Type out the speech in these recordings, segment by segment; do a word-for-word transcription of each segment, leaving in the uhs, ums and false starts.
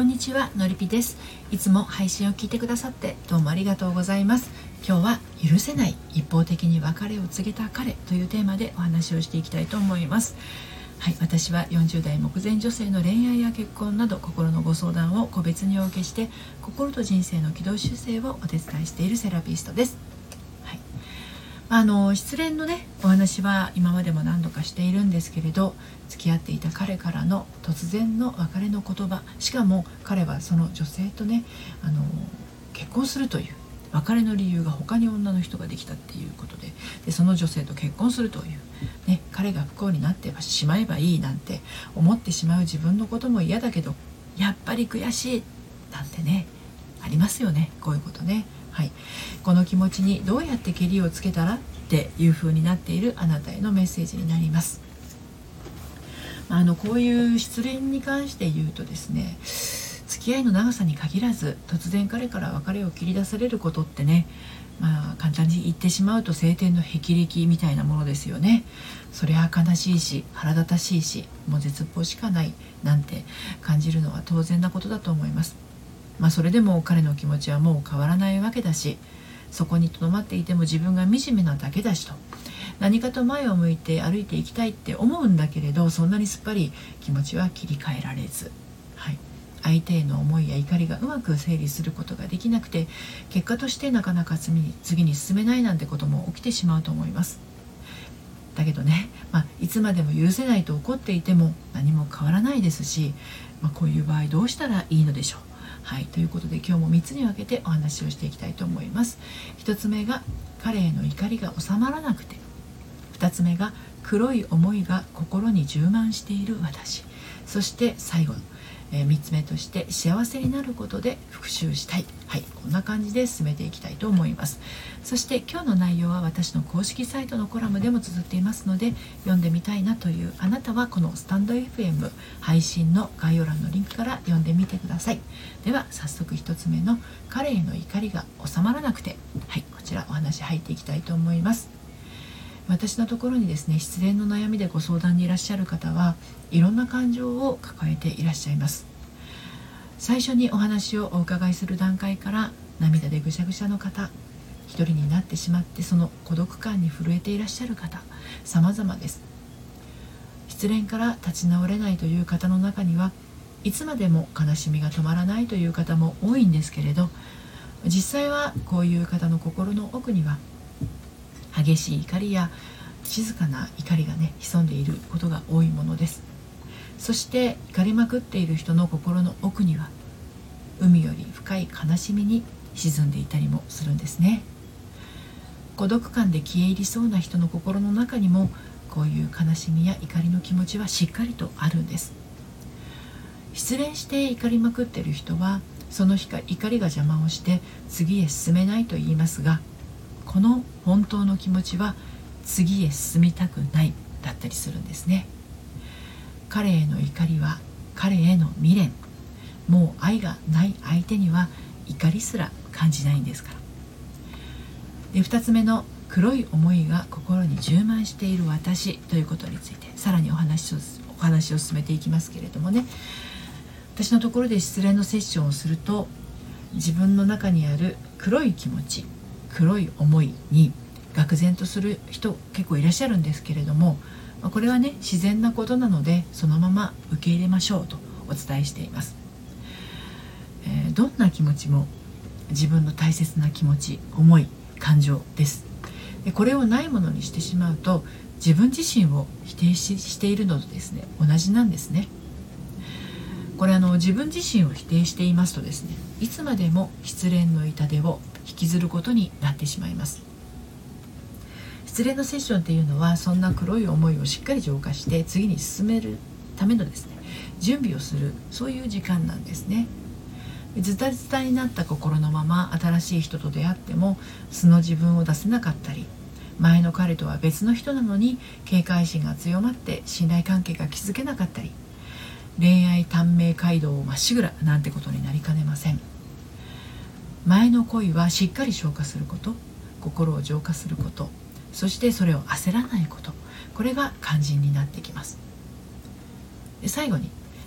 んにちは、のりぴです。いつも配信を聞いてくださってどうもありがとうございます。今日は許せない一方的に別れを告げた彼というテーマでお話をしていきたいと思います。はい、私はよんじゅう代目前女性の恋愛や結婚など心のご相談を個別にお受けして、心と人生の軌道修正をお手伝いしているセラピストです。はい、あの失恋のねお話は今までも何度かしているんですけれど、付き合っていた彼からの突然の別れの言葉、しかも彼はその女性とねあの結婚するという別れの理由が他に女の人ができたっていうことで、でその女性と結婚するという、ね、彼が不幸になってしまえばいいなんて思ってしまう自分のことも嫌だけど、やっぱり悔しいなんてねありますよね、こういうことね。はい、この気持ちにどうやってケリをつけたらっていう風になっているあなたへのメッセージになります。あのこういう失恋に関して言うとですね、付き合いの長さに限らず突然彼から別れを切り出されることってね、まあ簡単に言ってしまうと晴天の霹靂みたいなものですよね。そりゃ悲しいし腹立たしいし、もう絶望しかないなんて感じるのは当然なことだと思います。まあそれでも彼の気持ちはもう変わらないわけだし、そこにとどまっていても自分が惨めなだけだしと、何かと前を向いて歩いていきたいって思うんだけれど、そんなにすっぱり気持ちは切り替えられず、はい、相手への思いや怒りがうまく整理することができなくて、結果としてなかなか次に次に進めないなんてことも起きてしまうと思います。だけどね、まあ、いつまでも許せないと怒っていても何も変わらないですし、まあ、こういう場合どうしたらいいのでしょう。はい、ということで今日もみっつに分けてお話をしていきたいと思います。ひとつめが彼への怒りが収まらなくて、ふたつめが黒い思いが心に充満している私、そして最後の、えー、みっつめとして幸せになることで復讐したい。はい、こんな感じで進めていきたいと思います。そして今日の内容は私の公式サイトのコラムでも綴っていますので、読んでみたいなというあなたはこのスタンド エフエム 配信の概要欄のリンクから読んでみてください。では早速ひとつめの彼への怒りが収まらなくて、はい、こちらお話入っていきたいと思います。私のところにですね、失恋の悩みでご相談にいらっしゃる方はいろんな感情を抱えていらっしゃいます。最初にお話をお伺いする段階から涙でぐしゃぐしゃの方、一人になってしまってその孤独感に震えていらっしゃる方、様々です。失恋から立ち直れないという方の中には、いつまでも悲しみが止まらないという方も多いんですけれど、実際はこういう方の心の奥には激しい怒りや静かな怒りがね潜んでいることが多いものです。そして怒りまくっている人の心の奥には海より深い悲しみに沈んでいたりもするんですね。孤独感で消え入りそうな人の心の中にもこういう悲しみや怒りの気持ちはしっかりとあるんです。失恋して怒りまくっている人はその怒りが邪魔をして次へ進めないと言いますが、この本当の気持ちは次へ進みたくないだったりするんですね。彼への怒りは彼への未練、もう愛がない相手には怒りすら感じないんですから。でふたつめの黒い思いが心に充満している私ということについてさらにお話をお話を進めていきますけれどもね、私のところで失恋のセッションをすると、自分の中にある黒い気持ち、黒い思いに愕然とする人結構いらっしゃるんですけれども、これはね自然なことなのでそのまま受け入れましょうとお伝えしています。えー、どんな気持ちも自分の大切な気持ち、思い、感情です。でこれをないものにしてしまうと自分自身を否定 し, しているのとですね同じなんですね。これあの自分自身を否定していますとですね、いつまでも失恋の痛手を引きずることになってしまいます。失恋のセッションっていうのはそんな黒い思いをしっかり浄化して次に進めるためのですね準備をする、そういう時間なんですね。ズタズタになった心のまま新しい人と出会っても素の自分を出せなかったり、前の彼とは別の人なのに警戒心が強まって信頼関係が築けなかったり、恋愛短命街道をまっしぐらなんてことになりかねません。前の恋はしっかり消化すること、心を浄化すること、そしてそれを焦らないこと、これが肝心になってきます。で最後に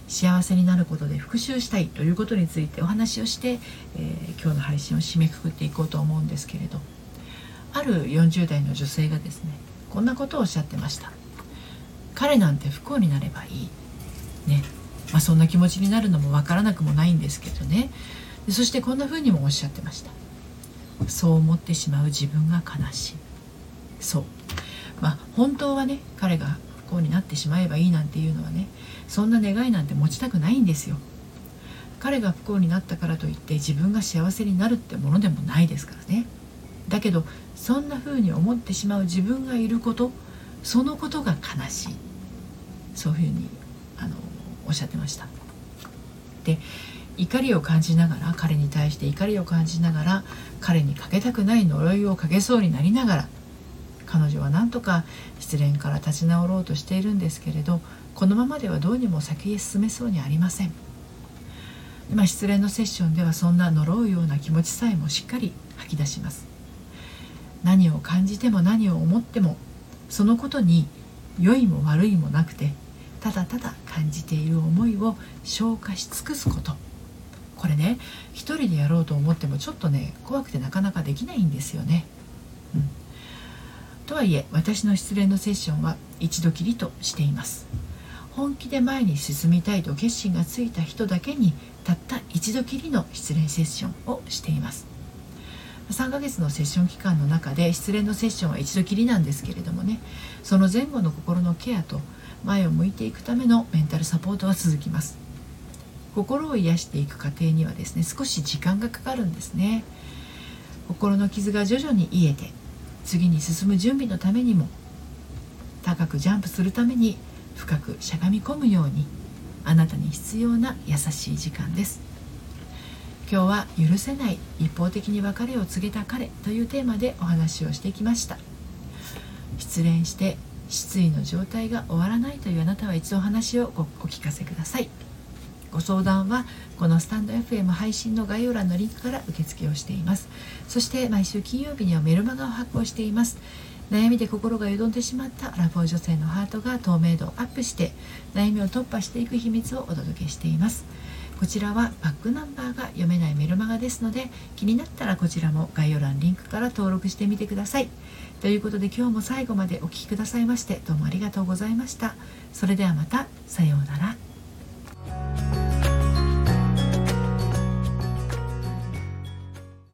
幸せになることで復習したいということについてお話をして、えー、今日の配信を締めくくっていこうと思うんですけれど、あるよんじゅう代の女性がですね、こんなことをおっしゃってました。彼なんて不幸になればいいね。まあ、そんな気持ちになるのもわからなくもないんですけどね。でそしてこんな風にもおっしゃってました。そう思ってしまう自分が悲しい。そう、まあ本当はね、彼が不幸になってしまえばいいなんていうのはね、そんな願いなんて持ちたくないんですよ。彼が不幸になったからといって自分が幸せになるってものでもないですからね。だけどそんな風に思ってしまう自分がいること、そのことが悲しい、そういうふうにあのおっしゃってました。で、怒りを感じながら、彼に対して怒りを感じながら、彼にかけたくない呪いをかけそうになりながら、彼女はなんとか失恋から立ち直ろうとしているんですけれど、このままではどうにも先へ進めそうにありません。今失恋のセッションではそんな呪うような気持ちさえもしっかり吐き出します。何を感じても何を思っても、そのことに良いも悪いもなくて、ただただ感じている思いを消化し尽くすこと、これね、一人でやろうと思ってもちょっとね、怖くてなかなかできないんですよね、うん、とはいえ私の失恋のセッションは一度きりとしています。本気で前に進みたいと決心がついた人だけに、たった一度きりの失恋セッションをしています。さんかげつのセッション期間の中で失恋のセッションは一度きりなんですけれどもね、その前後の心のケアと前を向いていくためのメンタルサポートは続きます。心を癒していく過程にはですね、少し時間がかかるんですね。心の傷が徐々に癒えて、次に進む準備のためにも、高くジャンプするために深くしゃがみ込むように、あなたに必要な優しい時間です。今日は許せない一方的に別れを告げた彼というテーマでお話をしてきました。失恋して失意の状態が終わらないというあなたは一度お話を ご, お聞かせください。ご相談はこのスタンド エフエム 配信の概要欄のリンクから受付をしています。そして毎週金曜日にはメルマガを発行しています。悩みで心がよどんでしまったラボー女性のハートが透明度をアップして悩みを突破していく秘密をお届けしています。こちらはバックナンバーが読めないメルマガですので、気になったらこちらも概要欄リンクから登録してみてください。ということで今日も最後までお聞きくださいましてどうもありがとうございました。それではまた、さようなら。